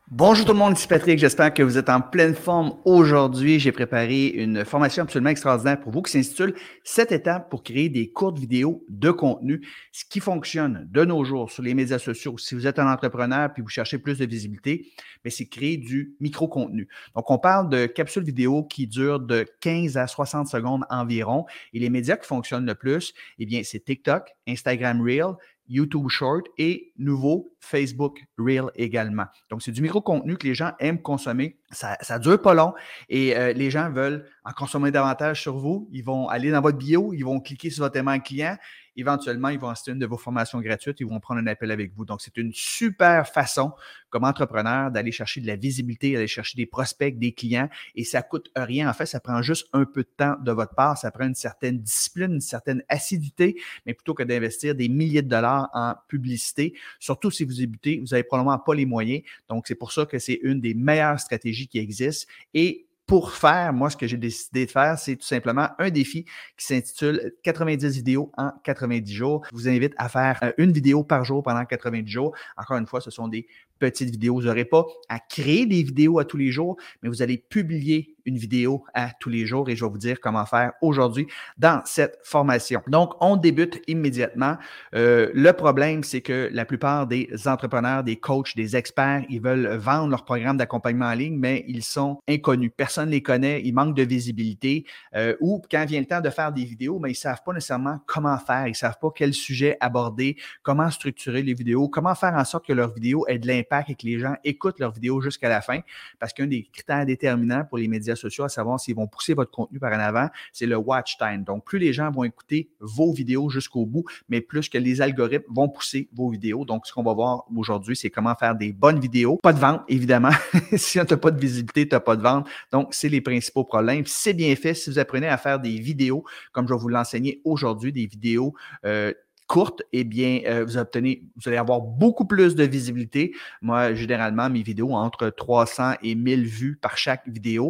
Bonjour tout le monde, ici Patrick, j'espère que vous êtes en pleine forme aujourd'hui. J'ai préparé une formation absolument extraordinaire pour vous qui s'intitule 7 étapes pour créer des courtes vidéos de contenu. Ce qui fonctionne de nos jours sur les médias sociaux, si vous êtes un entrepreneur puis vous cherchez plus de visibilité, bien, c'est créer du micro-contenu. Donc, on parle de capsules vidéo qui durent de 15 à 60 secondes environ et les médias qui fonctionnent le plus, eh bien, c'est TikTok, Instagram Reel, YouTube Short et nouveau Facebook Reel également. Donc, c'est du micro-contenu que les gens aiment consommer. Ça ne dure pas long et les gens veulent en consommer davantage sur vous. Ils vont aller dans votre bio, ils vont cliquer sur votre aimant client. Éventuellement, ils vont assister à une de vos formations gratuites, ils vont prendre un appel avec vous. Donc, c'est une super façon comme entrepreneur d'aller chercher de la visibilité, d'aller chercher des prospects, des clients et ça ne coûte rien. En fait, ça prend juste un peu de temps de votre part. Ça prend une certaine discipline, une certaine assiduité, mais plutôt que d'investir des milliers de dollars en publicité, surtout si vous débutez, vous n'avez probablement pas les moyens. Donc, c'est pour ça que c'est une des meilleures stratégies qui existent. Et pour faire, moi, ce que j'ai décidé de faire, c'est tout simplement un défi qui s'intitule 90 vidéos en 90 jours. Je vous invite à faire une vidéo par jour pendant 90 jours. Encore une fois, ce sont des petites vidéos. Vous n'aurez pas à créer des vidéos à tous les jours, mais vous allez publier une vidéo à tous les jours et je vais vous dire comment faire aujourd'hui dans cette formation. Donc, on débute immédiatement. Le problème, c'est que la plupart des entrepreneurs, des coachs, des experts, ils veulent vendre leur programme d'accompagnement en ligne, mais ils sont inconnus. Personne ne les connaît, ils manquent de visibilité ou quand vient le temps de faire des vidéos, mais ils ne savent pas nécessairement comment faire, ils ne savent pas quel sujet aborder, comment structurer les vidéos, comment faire en sorte que leur vidéo ait de l'impact et que les gens écoutent leur vidéo jusqu'à la fin. Parce qu'un des critères déterminants pour les médias sociaux, à savoir s'ils vont pousser votre contenu par en avant, c'est le watch time. Donc, plus les gens vont écouter vos vidéos jusqu'au bout, mais plus que les algorithmes vont pousser vos vidéos. Donc, ce qu'on va voir aujourd'hui, c'est comment faire des bonnes vidéos. Pas de vente, évidemment. Si tu n'as pas de visibilité, tu n'as pas de vente. Donc, c'est les principaux problèmes. C'est bien fait si vous apprenez à faire des vidéos, comme je vais vous l'enseigner aujourd'hui, des vidéos courtes, eh bien, vous allez avoir beaucoup plus de visibilité. Moi, généralement, mes vidéos ont entre 300 et 1000 vues par chaque vidéo.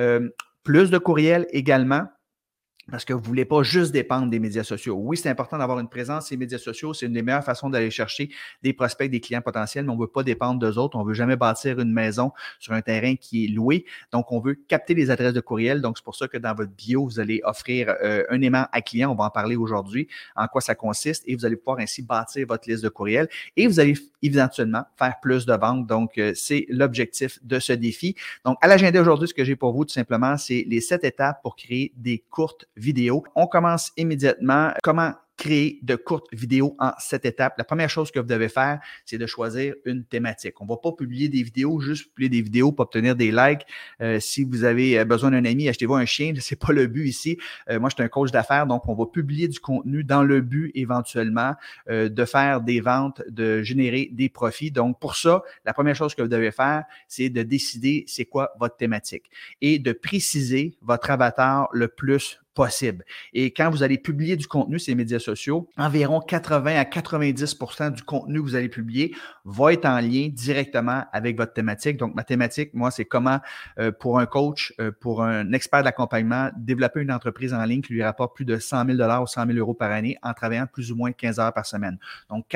Plus de courriels également. Parce que vous ne voulez pas juste dépendre des médias sociaux. Oui, c'est important d'avoir une présence sur les médias sociaux. C'est une des meilleures façons d'aller chercher des prospects, des clients potentiels, mais on ne veut pas dépendre d'eux autres. On ne veut jamais bâtir une maison sur un terrain qui est loué. Donc, on veut capter les adresses de courriel. Donc, c'est pour ça que dans votre bio, vous allez offrir un aimant à client. On va en parler aujourd'hui, en quoi ça consiste. Et vous allez pouvoir ainsi bâtir votre liste de courriels. Et vous allez éventuellement faire plus de ventes. Donc, c'est l'objectif de ce défi. Donc, à l'agenda aujourd'hui, ce que j'ai pour vous, tout simplement, c'est les 7 étapes pour créer des courtes vidéo. On commence immédiatement. Comment créer de courtes vidéos en 7 étapes? La première chose que vous devez faire, c'est de choisir une thématique. On ne va pas publier des vidéos, juste publier des vidéos pour obtenir des likes. Si vous avez besoin d'un ami, achetez-vous un chien. Ce n'est pas le but ici. Moi, je suis un coach d'affaires, donc on va publier du contenu dans le but éventuellement de faire des ventes, de générer des profits. Donc, pour ça, la première chose que vous devez faire, c'est de décider c'est quoi votre thématique et de préciser votre avatar le plus possible. Et quand vous allez publier du contenu sur les médias sociaux, environ 80 à 90% du contenu que vous allez publier va être en lien directement avec votre thématique. Donc, ma thématique, moi, c'est comment, pour un coach, pour un expert d'accompagnement, développer une entreprise en ligne qui lui rapporte plus de 100 000 $ ou 100 000 € par année en travaillant plus ou moins 15 heures par semaine. Donc,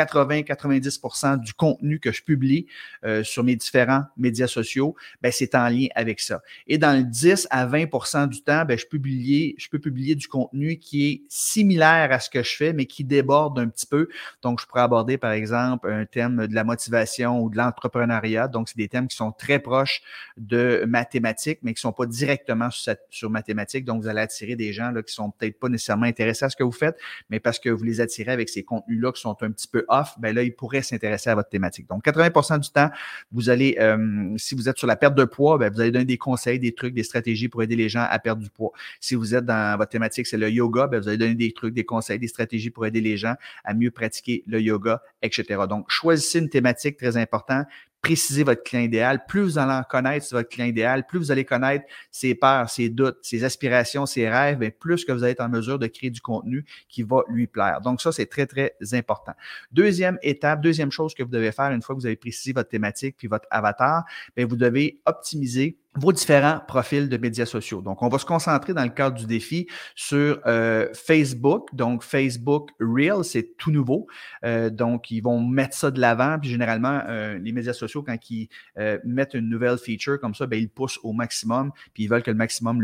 80-90% du contenu que je publie sur mes différents médias sociaux, ben, c'est en lien avec ça. Et dans le 10 à 20% du temps, ben, je peux publier du contenu qui est similaire à ce que je fais, mais qui déborde un petit peu. Donc, je pourrais aborder, par exemple, un thème de la motivation ou de l'entrepreneuriat. Donc, c'est des thèmes qui sont très proches de ma thématique, mais qui ne sont pas directement sur ma thématique. Donc, vous allez attirer des gens là, qui ne sont peut-être pas nécessairement intéressés à ce que vous faites, mais parce que vous les attirez avec ces contenus-là qui sont un petit peu off, ben là, ils pourraient s'intéresser à votre thématique. Donc, 80% du temps, vous allez, si vous êtes sur la perte de poids, ben, vous allez donner des conseils, des trucs, des stratégies pour aider les gens à perdre du poids. Si vous êtes dans votre thématique, c'est le yoga, bien, vous allez donner des trucs, des conseils, des stratégies pour aider les gens à mieux pratiquer le yoga, etc. Donc, choisissez une thématique très importante. Précisez votre client idéal. Plus vous allez en connaître sur votre client idéal, plus vous allez connaître ses peurs, ses doutes, ses aspirations, ses rêves, bien, plus que vous allez être en mesure de créer du contenu qui va lui plaire. Donc, ça, c'est très, très important. Deuxième étape, deuxième chose que vous devez faire une fois que vous avez précisé votre thématique puis votre avatar, bien, vous devez optimiser vos différents profils de médias sociaux. Donc, on va se concentrer dans le cadre du défi sur Facebook. Donc, Facebook Reel, c'est tout nouveau. Donc, ils vont mettre ça de l'avant. Puis, généralement, les médias sociaux, quand ils mettent une nouvelle feature comme ça, bien, ils poussent au maximum. Puis, ils veulent que le maximum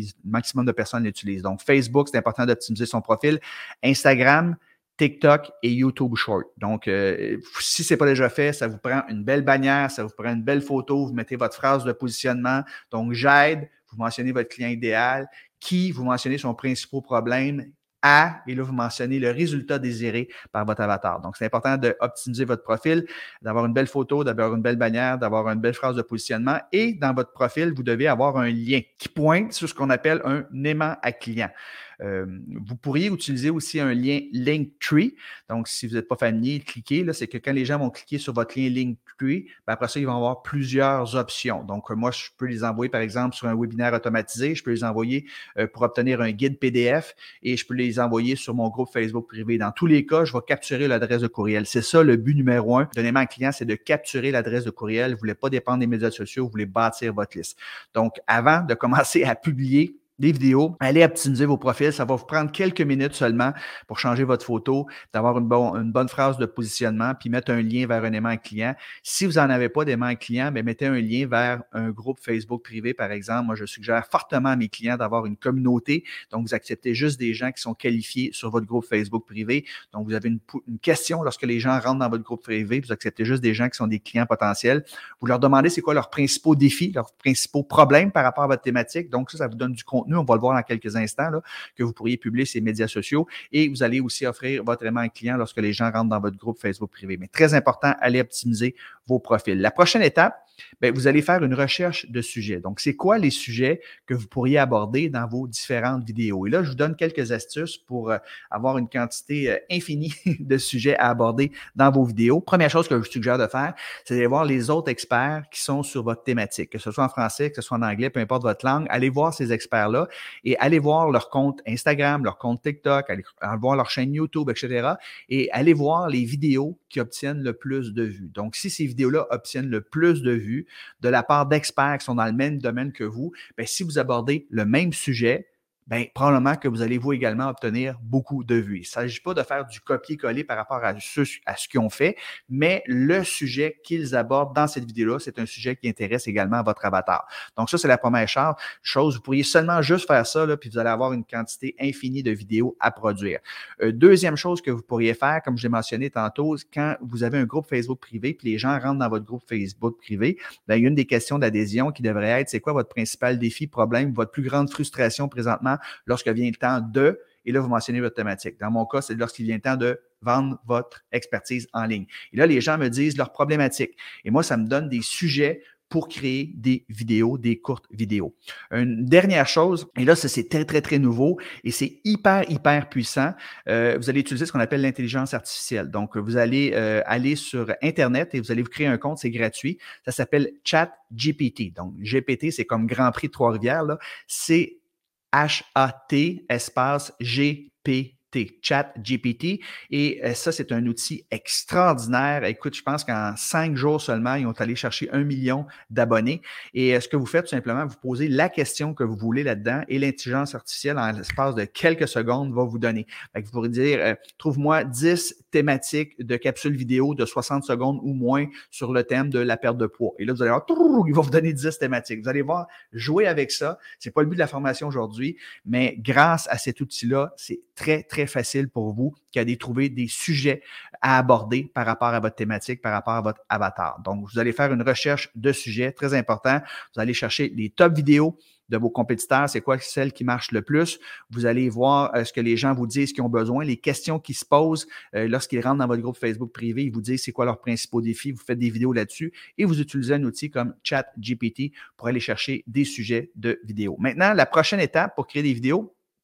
de personnes l'utilisent. Donc, Facebook, c'est important d'optimiser son profil. Instagram, TikTok et YouTube Short. Donc, si ce n'est pas déjà fait, ça vous prend une belle bannière, ça vous prend une belle photo, vous mettez votre phrase de positionnement. Donc, j'aide, vous mentionnez votre client idéal, qui, vous mentionnez son principal problème, et là, vous mentionnez le résultat désiré par votre avatar. Donc, c'est important d'optimiser votre profil, d'avoir une belle photo, d'avoir une belle bannière, d'avoir une belle phrase de positionnement. Et dans votre profil, vous devez avoir un lien qui pointe sur ce qu'on appelle un aimant à client. Vous pourriez utiliser aussi un lien Linktree. Donc, si vous n'êtes pas familier, cliquez. Là, c'est que quand les gens vont cliquer sur votre lien Linktree, après ça, ils vont avoir plusieurs options. Donc, moi, je peux les envoyer, par exemple, sur un webinaire automatisé. Je peux les envoyer pour obtenir un guide PDF et je peux les envoyer sur mon groupe Facebook privé. Dans tous les cas, je vais capturer l'adresse de courriel. C'est ça le but numéro 1 d'un aimant à client, c'est de capturer l'adresse de courriel. Vous ne voulez pas dépendre des médias sociaux, vous voulez bâtir votre liste. Donc, avant de commencer à publier des vidéos, allez optimiser vos profils. Ça va vous prendre quelques minutes seulement pour changer votre photo, d'avoir une bonne phrase de positionnement, puis mettre un lien vers un aimant client. Si vous n'en avez pas d'aimant client, bien, mettez un lien vers un groupe Facebook privé, par exemple. Moi, je suggère fortement à mes clients d'avoir une communauté. Donc, vous acceptez juste des gens qui sont qualifiés sur votre groupe Facebook privé. Donc, vous avez une question lorsque les gens rentrent dans votre groupe privé. Vous acceptez juste des gens qui sont des clients potentiels. Vous leur demandez c'est quoi leurs principaux défis, leurs principaux problèmes par rapport à votre thématique. Donc, ça vous donne du contenu. On va le voir dans quelques instants, là, que vous pourriez publier sur les médias sociaux et vous allez aussi offrir votre aimant client lorsque les gens rentrent dans votre groupe Facebook privé. Mais très important, allez optimiser vos profils. La prochaine étape, bien, vous allez faire une recherche de sujets. Donc, c'est quoi les sujets que vous pourriez aborder dans vos différentes vidéos? Et là, je vous donne quelques astuces pour avoir une quantité infinie de sujets à aborder dans vos vidéos. Première chose que je vous suggère de faire, c'est d'aller voir les autres experts qui sont sur votre thématique, que ce soit en français, que ce soit en anglais, peu importe votre langue. Allez voir ces experts-là et allez voir leur compte Instagram, leur compte TikTok, allez voir leur chaîne YouTube, etc. Et allez voir les vidéos qui obtiennent le plus de vues. Donc, si ces vidéos-là obtiennent le plus de vues de la part d'experts qui sont dans le même domaine que vous, bien, si vous abordez le même sujet, bien, probablement que vous allez vous également obtenir beaucoup de vues. Il ne s'agit pas de faire du copier-coller par rapport à ce qu'ils ont fait, mais le sujet qu'ils abordent dans cette vidéo-là, c'est un sujet qui intéresse également votre avatar. Donc ça, c'est la première chose. Vous pourriez seulement juste faire ça, là, puis vous allez avoir une quantité infinie de vidéos à produire. Deuxième chose que vous pourriez faire, comme je l'ai mentionné tantôt, quand vous avez un groupe Facebook privé, puis les gens rentrent dans votre groupe Facebook privé, bien, il y a une des questions d'adhésion qui devrait être, c'est quoi votre principal défi, problème, votre plus grande frustration présentement lorsque vient le temps de, et là, vous mentionnez votre thématique. Dans mon cas, c'est lorsqu'il vient le temps de vendre votre expertise en ligne. Et là, les gens me disent leurs problématiques. Et moi, ça me donne des sujets pour créer des vidéos, des courtes vidéos. Une dernière chose, et là, ça, c'est très, très, très nouveau et c'est hyper, hyper puissant. Vous allez utiliser ce qu'on appelle l'intelligence artificielle. Donc, vous allez aller sur Internet et vous allez vous créer un compte, c'est gratuit. Ça s'appelle ChatGPT. Donc, GPT, c'est comme Grand Prix de Trois-Rivières, là. C'est HAT espace GPT, ChatGPT. Et ça, c'est un outil extraordinaire. Écoute, je pense qu'en 5 jours seulement, ils ont allé chercher 1 million d'abonnés. Et ce que vous faites, tout simplement, vous posez la question que vous voulez là-dedans et l'intelligence artificielle, en l'espace de quelques secondes, va vous donner. Fait que vous pourrez dire, trouve-moi 10 thématiques de capsules vidéo de 60 secondes ou moins sur le thème de la perte de poids. Et là, vous allez voir, il va vous donner 10 thématiques. Vous allez voir, jouer avec ça. C'est pas le but de la formation aujourd'hui, mais grâce à cet outil-là, c'est très, très facile pour vous qu'à trouver des sujets à aborder par rapport à votre thématique, par rapport à votre avatar. Donc, vous allez faire une recherche de sujets, très important. Vous allez chercher les top vidéos de vos compétiteurs, c'est quoi celle qui marche le plus. Vous allez voir ce que les gens vous disent qu'ils ont besoin, les questions qui se posent lorsqu'ils rentrent dans votre groupe Facebook privé, ils vous disent c'est quoi leurs principaux défis, vous faites des vidéos là-dessus et vous utilisez un outil comme ChatGPT pour aller chercher des sujets de vidéos. Maintenant, la prochaine étape pour créer des vidéos,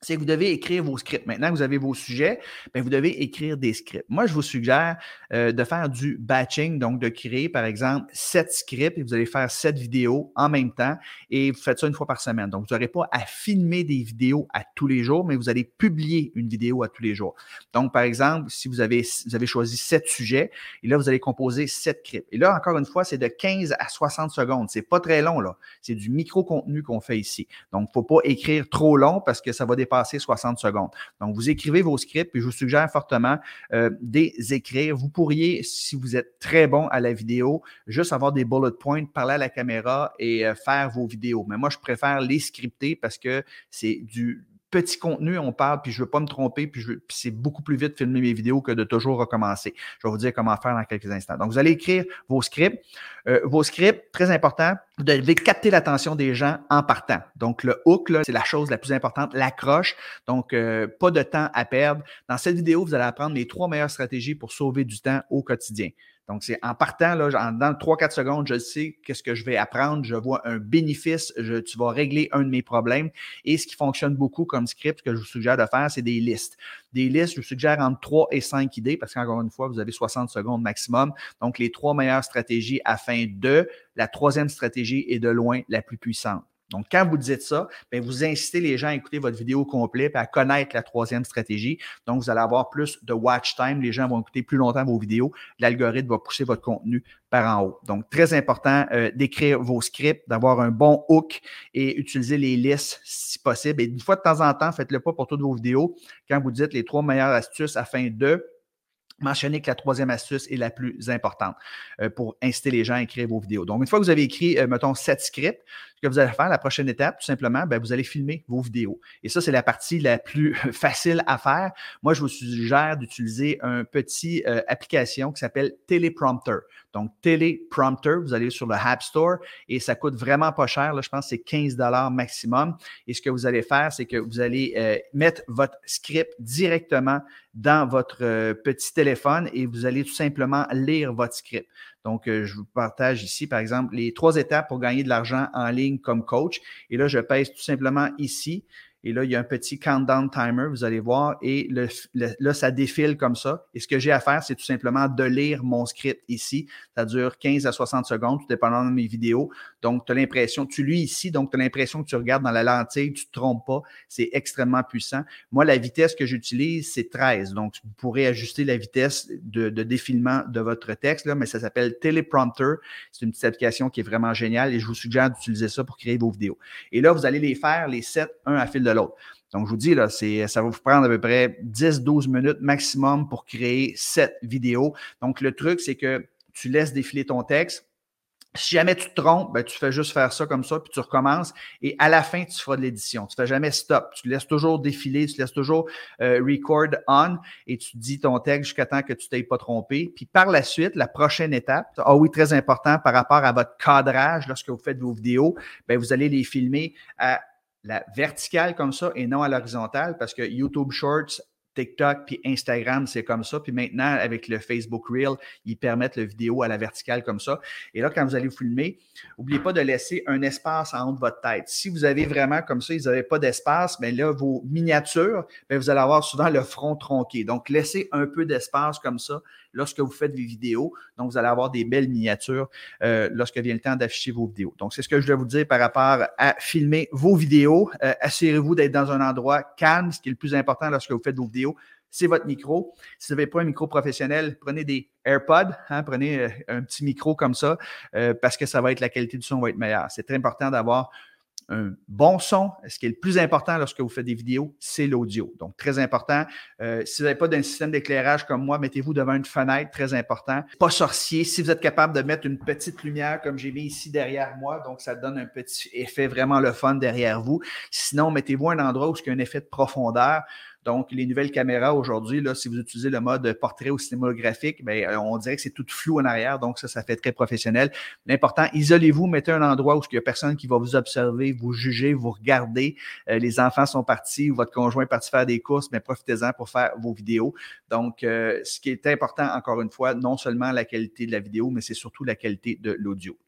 c'est que vous devez écrire vos scripts. Maintenant que vous avez vos sujets, bien, vous devez écrire des scripts. Moi, je vous suggère de faire du batching, donc de créer, par exemple, 7 scripts et vous allez faire 7 vidéos en même temps et vous faites ça une fois par semaine. Donc, vous n'aurez pas à filmer des vidéos à tous les jours, mais vous allez publier une vidéo à tous les jours. Donc, par exemple, si vous avez choisi 7 sujets et là, vous allez composer 7 scripts. Et là, encore une fois, c'est de 15 à 60 secondes. C'est pas très long, là. C'est du micro-contenu qu'on fait ici. Donc, il ne faut pas écrire trop long parce que ça va dépasser 60 secondes. Donc, vous écrivez vos scripts et je vous suggère fortement des écrire. Vous pourriez, si vous êtes très bon à la vidéo, juste avoir des bullet points, parler à la caméra et faire vos vidéos. Mais moi, je préfère les scripter parce que c'est du petit contenu, on parle, puis je ne veux pas me tromper, puis c'est beaucoup plus vite de filmer mes vidéos que de toujours recommencer. Je vais vous dire comment faire dans quelques instants. Donc, vous allez écrire vos scripts. Vos scripts, très important, vous devez capter l'attention des gens en partant. Donc, le hook, là, c'est la chose la plus importante, l'accroche. Donc, pas de temps à perdre. Dans cette vidéo, vous allez apprendre les 3 meilleures stratégies pour sauver du temps au quotidien. Donc, c'est en partant, là, dans 3-4 secondes, je sais qu'est-ce que je vais apprendre. Je vois un bénéfice. Tu vas régler un de mes problèmes. Et ce qui fonctionne beaucoup comme script, ce que je vous suggère de faire, c'est des listes. Des listes, je vous suggère entre 3 et 5 idées parce qu'encore une fois, vous avez 60 secondes maximum. Donc, les 3 meilleures stratégies afin de la 3e stratégie est de loin la plus puissante. Donc, quand vous dites ça, bien, vous incitez les gens à écouter votre vidéo complète et à connaître la 3e stratégie. Donc, vous allez avoir plus de watch time. Les gens vont écouter plus longtemps vos vidéos. L'algorithme va pousser votre contenu par en haut. Donc, très important d'écrire vos scripts, d'avoir un bon hook et utiliser les listes si possible. Et une fois de temps en temps, faites-le pas pour toutes vos vidéos. Quand vous dites les 3 meilleures astuces afin de mentionner que la 3e astuce est la plus importante pour inciter les gens à écrire vos vidéos. Donc, une fois que vous avez écrit, mettons, 7 scripts, ce que vous allez faire, la prochaine étape, tout simplement, bien, vous allez filmer vos vidéos. Et ça, c'est la partie la plus facile à faire. Moi, je vous suggère d'utiliser une petite application qui s'appelle Teleprompter. Donc, Teleprompter, vous allez sur le App Store et ça coûte vraiment pas cher. Là, je pense que c'est 15 $ maximum. Et ce que vous allez faire, c'est que vous allez mettre votre script directement dans votre petit téléphone et vous allez tout simplement lire votre script. Donc, je vous partage ici, par exemple, les 3 étapes pour gagner de l'argent en ligne comme coach. Et là, je pèse tout simplement ici. Et là, il y a un petit countdown timer, vous allez voir, et là, ça défile comme ça. Et ce que j'ai à faire, c'est tout simplement de lire mon script ici. Ça dure 15 à 60 secondes, tout dépendant de mes vidéos. Donc, tu as l'impression, tu lis ici, donc tu as l'impression que tu regardes dans la lentille, tu ne te trompes pas. C'est extrêmement puissant. Moi, la vitesse que j'utilise, c'est 13. Donc, vous pourrez ajuster la vitesse de défilement de votre texte, là, mais ça s'appelle Teleprompter. C'est une petite application qui est vraiment géniale et je vous suggère d'utiliser ça pour créer vos vidéos. Et là, vous allez les faire, les 7, un à fil de l'autre. Donc, je vous dis, là, ça va vous prendre à peu près 10-12 minutes maximum pour créer 7 vidéos. Donc, le truc, c'est que tu laisses défiler ton texte. Si jamais tu te trompes, ben, tu fais juste faire ça comme ça, puis tu recommences. Et à la fin, tu feras de l'édition. Tu ne fais jamais stop. Tu laisses toujours défiler, tu laisses toujours record on et tu dis ton texte jusqu'à temps que tu ne t'aies pas trompé. Puis par la suite, la prochaine étape, oui, très important par rapport à votre cadrage lorsque vous faites vos vidéos, ben, vous allez les filmer à la verticale comme ça et non à l'horizontale parce que YouTube Shorts, TikTok puis Instagram, c'est comme ça. Puis maintenant, avec le Facebook Reel, ils permettent la vidéo à la verticale comme ça. Et là, quand vous allez vous filmer, n'oubliez pas de laisser un espace en haut de votre tête. Si vous avez vraiment comme ça, vous n'avez pas d'espace, bien là, vos miniatures, bien, vous allez avoir souvent le front tronqué. Donc, laissez un peu d'espace comme ça lorsque vous faites des vidéos. Donc, vous allez avoir des belles miniatures lorsque vient le temps d'afficher vos vidéos. Donc, c'est ce que je dois vous dire par rapport à filmer vos vidéos. Assurez-vous d'être dans un endroit calme. Ce qui est le plus important lorsque vous faites vos vidéos, c'est votre micro. Si vous n'avez pas un micro professionnel, prenez des AirPods, prenez un petit micro comme ça parce que ça va être la qualité du son va être meilleure. C'est très important d'avoir un bon son. Ce qui est le plus important lorsque vous faites des vidéos, c'est l'audio. Donc, très important. Si vous n'avez pas d'un système d'éclairage comme moi, mettez-vous devant une fenêtre, très important. Pas sorcier. Si vous êtes capable de mettre une petite lumière comme j'ai mis ici derrière moi, donc ça donne un petit effet vraiment le fun derrière vous. Sinon, mettez-vous un endroit où il y a un effet de profondeur. Donc, les nouvelles caméras aujourd'hui, là, si vous utilisez le mode portrait ou cinématographique, bien, on dirait que c'est tout flou en arrière, donc ça fait très professionnel. L'important, isolez-vous, mettez un endroit où il n'y a personne qui va vous observer, vous juger, vous regarder. Les enfants sont partis ou votre conjoint est parti faire des courses, mais profitez-en pour faire vos vidéos. Donc, ce qui est important, encore une fois, non seulement la qualité de la vidéo, mais c'est surtout la qualité de l'audio.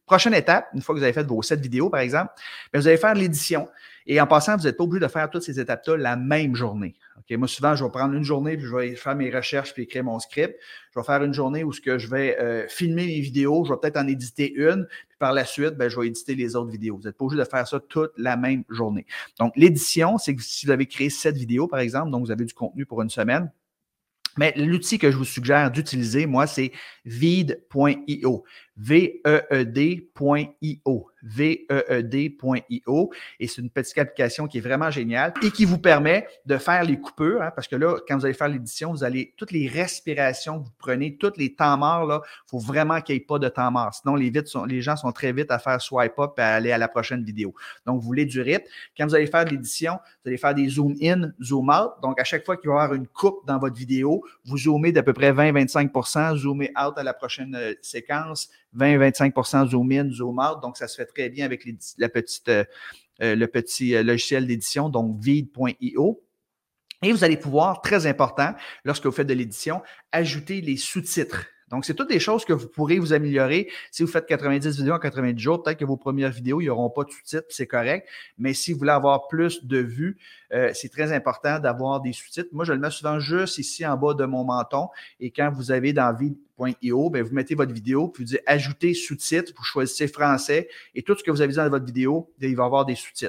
Prochaine étape, une fois que vous avez fait vos 7 vidéos, par exemple, bien, vous allez faire l'édition. Et en passant, vous n'êtes pas obligé de faire toutes ces étapes-là la même journée. Okay? Moi, souvent, je vais prendre une journée, puis je vais faire mes recherches, puis écrire mon script. Je vais faire une journée où je vais filmer mes vidéos, je vais peut-être en éditer une, puis par la suite, bien, je vais éditer les autres vidéos. Vous n'êtes pas obligé de faire ça toute la même journée. Donc, l'édition, c'est que si vous avez créé 7 vidéos, par exemple, donc vous avez du contenu pour une semaine, mais l'outil que je vous suggère d'utiliser, moi, c'est veed.io. V-E-E-D.io. V-E-E-D.io. Et c'est une petite application qui est vraiment géniale et qui vous permet de faire les coupures, hein, parce que là, quand vous allez faire l'édition, vous allez, toutes les respirations que vous prenez, tous les temps morts, là, il faut vraiment qu'il n'y ait pas de temps mort. Sinon, les gens sont très vite à faire swipe up et à aller à la prochaine vidéo. Donc, vous voulez du rythme. Quand vous allez faire de l'édition, vous allez faire des zoom in, zoom out. Donc, à chaque fois qu'il va y avoir une coupe dans votre vidéo, vous zoomez d'à peu près 20-25%, zoomez out à la prochaine séquence, 20-25% zoom in, zoom out. Donc, ça se fait très bien avec le petit logiciel d'édition, donc veed.io. Et vous allez pouvoir, très important, lorsque vous faites de l'édition, ajouter les sous-titres. Donc, c'est toutes des choses que vous pourrez vous améliorer. Si vous faites 90 vidéos en 90 jours, peut-être que vos premières vidéos, ils n'auront pas de sous-titres, c'est correct. Mais si vous voulez avoir plus de vues, c'est très important d'avoir des sous-titres. Moi, je le mets souvent juste ici en bas de mon menton. Et quand vous avez dans veed.io, bien, vous mettez votre vidéo, puis vous dites ajouter sous-titres, vous choisissez français. Et tout ce que vous avez dit dans votre vidéo, il va y avoir des sous-titres.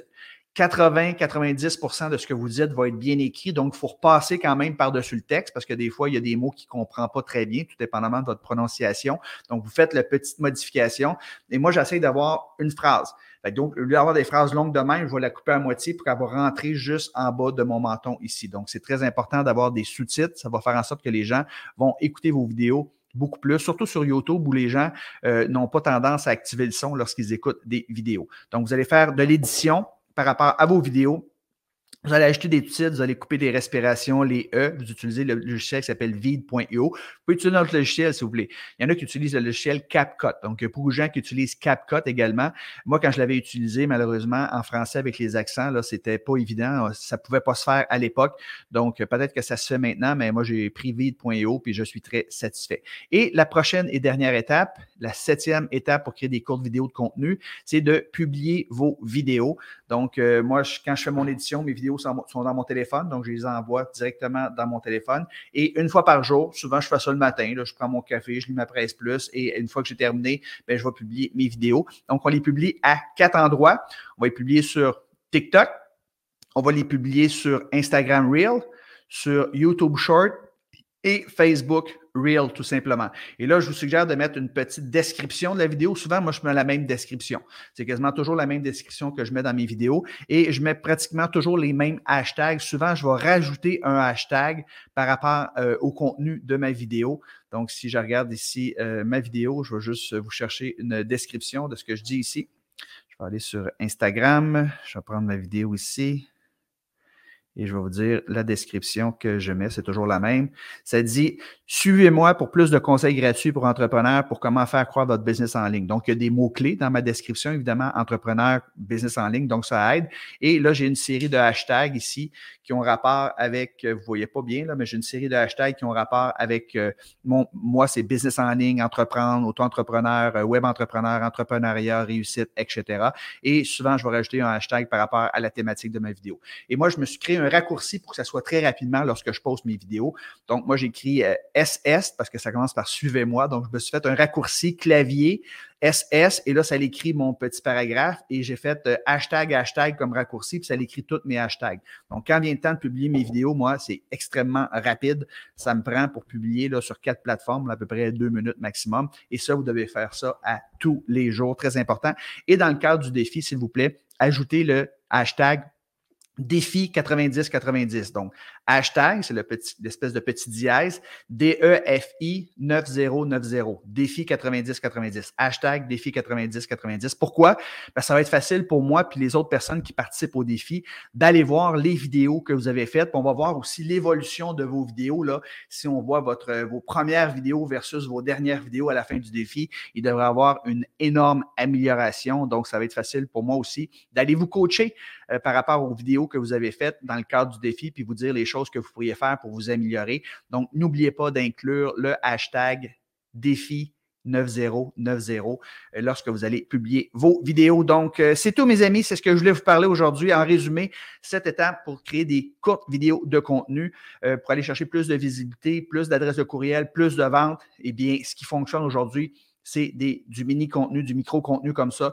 80-90% de ce que vous dites va être bien écrit. Donc, il faut repasser quand même par-dessus le texte parce que des fois, il y a des mots qu'il ne comprend pas très bien, tout dépendamment de votre prononciation. Donc, vous faites la petite modification. Et moi, j'essaie d'avoir une phrase. Donc, au lieu d'avoir des phrases longues de même, je vais la couper à moitié pour qu'elle va rentrer juste en bas de mon menton ici. Donc, c'est très important d'avoir des sous-titres. Ça va faire en sorte que les gens vont écouter vos vidéos beaucoup plus, surtout sur YouTube où les gens n'ont pas tendance à activer le son lorsqu'ils écoutent des vidéos. Donc, vous allez faire de l'édition par rapport à vos vidéos. Vous allez ajouter des titres, vous allez couper des respirations, les E, vous utilisez le logiciel qui s'appelle veed.io. Vous pouvez utiliser notre logiciel si vous voulez. Il y en a qui utilisent le logiciel CapCut. Donc, il y a beaucoup de gens qui utilisent CapCut également. Moi, quand je l'avais utilisé, malheureusement, en français avec les accents, là, c'était pas évident. Ça pouvait pas se faire à l'époque. Donc, peut-être que ça se fait maintenant, mais moi, j'ai pris veed.io puis je suis très satisfait. Et la prochaine et dernière étape, la 7e étape pour créer des courtes vidéos de contenu, c'est de publier vos vidéos. Donc, moi, quand je fais mon édition, mes vidéos sont dans mon téléphone, donc je les envoie directement dans mon téléphone. Et une fois par jour, souvent je fais ça le matin, là, je prends mon café, je lis ma presse plus et une fois que j'ai terminé, bien, je vais publier mes vidéos. Donc, on les publie à 4 endroits. On va les publier sur TikTok, on va les publier sur Instagram Reel, sur YouTube Short et Facebook Reel, tout simplement. Et là, je vous suggère de mettre une petite description de la vidéo. Souvent, moi, je mets la même description. C'est quasiment toujours la même description que je mets dans mes vidéos et je mets pratiquement toujours les mêmes hashtags. Souvent, je vais rajouter un hashtag par rapport au contenu de ma vidéo. Donc, si je regarde ici ma vidéo, je vais juste vous chercher une description de ce que je dis ici. Je vais aller sur Instagram. Je vais prendre ma vidéo ici. Et je vais vous dire la description que je mets, c'est toujours la même. Ça dit « Suivez-moi pour plus de conseils gratuits pour entrepreneurs pour comment faire croître votre business en ligne. » Donc, il y a des mots-clés dans ma description, évidemment, entrepreneur, business en ligne, donc ça aide. Et là, j'ai une série de hashtags ici qui ont rapport avec, vous ne voyez pas bien, là, mais j'ai une série de hashtags qui ont rapport avec moi, c'est business en ligne, entreprendre, auto-entrepreneur, web entrepreneur, entrepreneuriat, réussite, etc. Et souvent, je vais rajouter un hashtag par rapport à la thématique de ma vidéo. Et moi, je me suis créé un raccourci pour que ça soit très rapidement lorsque je poste mes vidéos. Donc, moi, j'écris SS parce que ça commence par suivez-moi. Donc, je me suis fait un raccourci clavier SS et là, ça l'écrit mon petit paragraphe et j'ai fait hashtag comme raccourci puis ça l'écrit tous mes hashtags. Donc, quand vient le temps de publier mes vidéos, moi, c'est extrêmement rapide. Ça me prend pour publier là, sur 4 plateformes, là, à peu près 2 minutes maximum. Et ça, vous devez faire ça à tous les jours. Très important. Et dans le cadre du défi, s'il vous plaît, ajoutez le hashtag défi 90-90. Donc, hashtag, c'est l'espèce de petit dièse, DEFI 9090. Défi 90-90. Hashtag défi 90-90. Pourquoi? Parce que ça va être facile pour moi puis les autres personnes qui participent au défi d'aller voir les vidéos que vous avez faites. Puis on va voir aussi l'évolution de vos vidéos. Là. Si on voit vos premières vidéos versus vos dernières vidéos à la fin du défi, il devrait y avoir une énorme amélioration. Donc, ça va être facile pour moi aussi d'aller vous coacher par rapport aux vidéos que vous avez faites dans le cadre du défi, puis vous dire les choses que vous pourriez faire pour vous améliorer. Donc, n'oubliez pas d'inclure le hashtag défi 9090 lorsque vous allez publier vos vidéos. Donc, c'est tout, mes amis. C'est ce que je voulais vous parler aujourd'hui. En résumé, 7 étapes pour créer des courtes vidéos de contenu, pour aller chercher plus de visibilité, plus d'adresses de courriel, plus de ventes. Eh bien, ce qui fonctionne aujourd'hui, c'est du mini-contenu, du micro-contenu comme ça.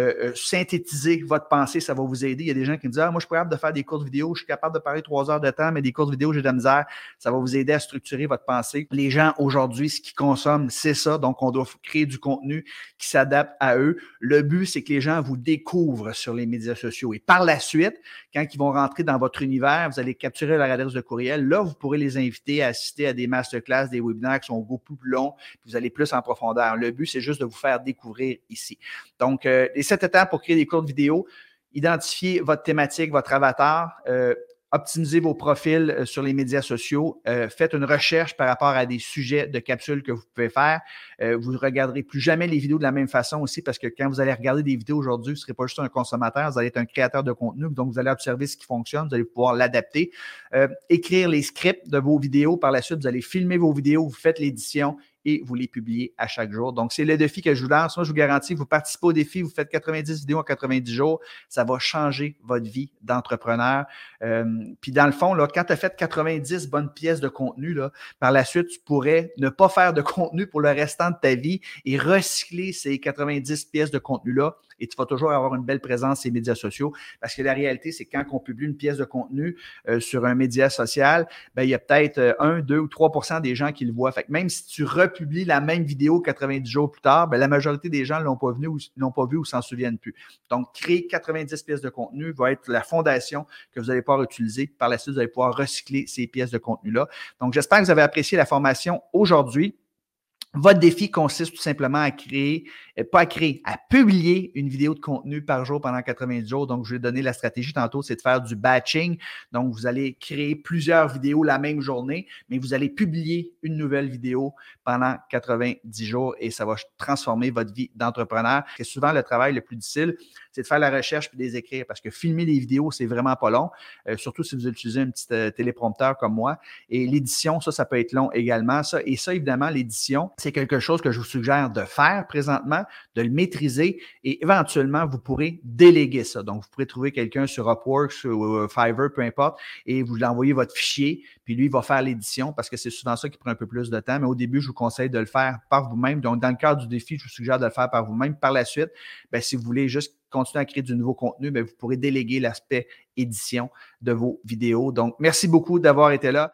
Synthétiser votre pensée, ça va vous aider. Il y a des gens qui me disent « Ah, moi, je suis capable de faire des courtes vidéos, je suis capable de parler 3 heures de temps, mais des courtes vidéos, j'ai de la misère. » Ça va vous aider à structurer votre pensée. Les gens, aujourd'hui, ce qu'ils consomment, c'est ça. Donc, on doit créer du contenu qui s'adapte à eux. Le but, c'est que les gens vous découvrent sur les médias sociaux. Et par la suite, quand ils vont rentrer dans votre univers, vous allez capturer leur adresse de courriel. Là, vous pourrez les inviter à assister à des masterclass, des webinaires qui sont beaucoup plus longs, puis vous allez plus en profondeur. Le but, c'est juste de vous faire découvrir ici. Donc, les 7 étapes pour créer des courtes vidéos, identifiez votre thématique, votre avatar, optimisez vos profils sur les médias sociaux, faites une recherche par rapport à des sujets de capsules que vous pouvez faire. Vous ne regarderez plus jamais les vidéos de la même façon aussi parce que quand vous allez regarder des vidéos aujourd'hui, vous ne serez pas juste un consommateur, vous allez être un créateur de contenu, donc vous allez observer ce qui fonctionne, vous allez pouvoir l'adapter. Écrire les scripts de vos vidéos. Par la suite, vous allez filmer vos vidéos, vous faites l'édition et vous les publiez à chaque jour. Donc, c'est le défi que je vous lance. Moi, je vous garantis, vous participez au défi, vous faites 90 vidéos en 90 jours, ça va changer votre vie d'entrepreneur. Puis dans le fond, là, quand tu as fait 90 bonnes pièces de contenu, là, par la suite, tu pourrais ne pas faire de contenu pour le restant de ta vie et recycler ces 90 pièces de contenu-là et tu vas toujours avoir une belle présence sur les médias sociaux parce que la réalité, c'est que quand on publie une pièce de contenu sur un média social, ben, il y a peut-être 1, 2 ou 3% des gens qui le voient. Fait que même si tu republies la même vidéo 90 jours plus tard, ben, la majorité des gens ne l'ont pas vu ou s'en souviennent plus. Donc, créer 90 pièces de contenu va être la fondation que vous allez pouvoir utiliser. Par la suite, vous allez pouvoir recycler ces pièces de contenu-là. Donc, j'espère que vous avez apprécié la formation aujourd'hui. Votre défi consiste tout simplement à publier une vidéo de contenu par jour pendant 90 jours. Donc, je vais donner la stratégie tantôt, c'est de faire du batching. Donc, vous allez créer plusieurs vidéos la même journée, mais vous allez publier une nouvelle vidéo pendant 90 jours et ça va transformer votre vie d'entrepreneur. C'est souvent le travail le plus difficile, c'est de faire la recherche puis de les écrire parce que filmer les vidéos, c'est vraiment pas long, surtout si vous utilisez un petit téléprompteur comme moi. Et l'édition, ça peut être long également. Et ça, évidemment, l'édition, c'est quelque chose que je vous suggère de faire présentement, de le maîtriser et éventuellement, vous pourrez déléguer ça. Donc, vous pourrez trouver quelqu'un sur Upwork ou Fiverr, peu importe, et vous lui envoyez votre fichier, puis lui, il va faire l'édition parce que c'est souvent ça qui prend un peu plus de temps. Mais au début, je vous conseille de le faire par vous-même. Donc, dans le cadre du défi, je vous suggère de le faire par vous-même. Par la suite, bien, si vous voulez juste continuer à créer du nouveau contenu, bien, vous pourrez déléguer l'aspect édition de vos vidéos. Donc, merci beaucoup d'avoir été là.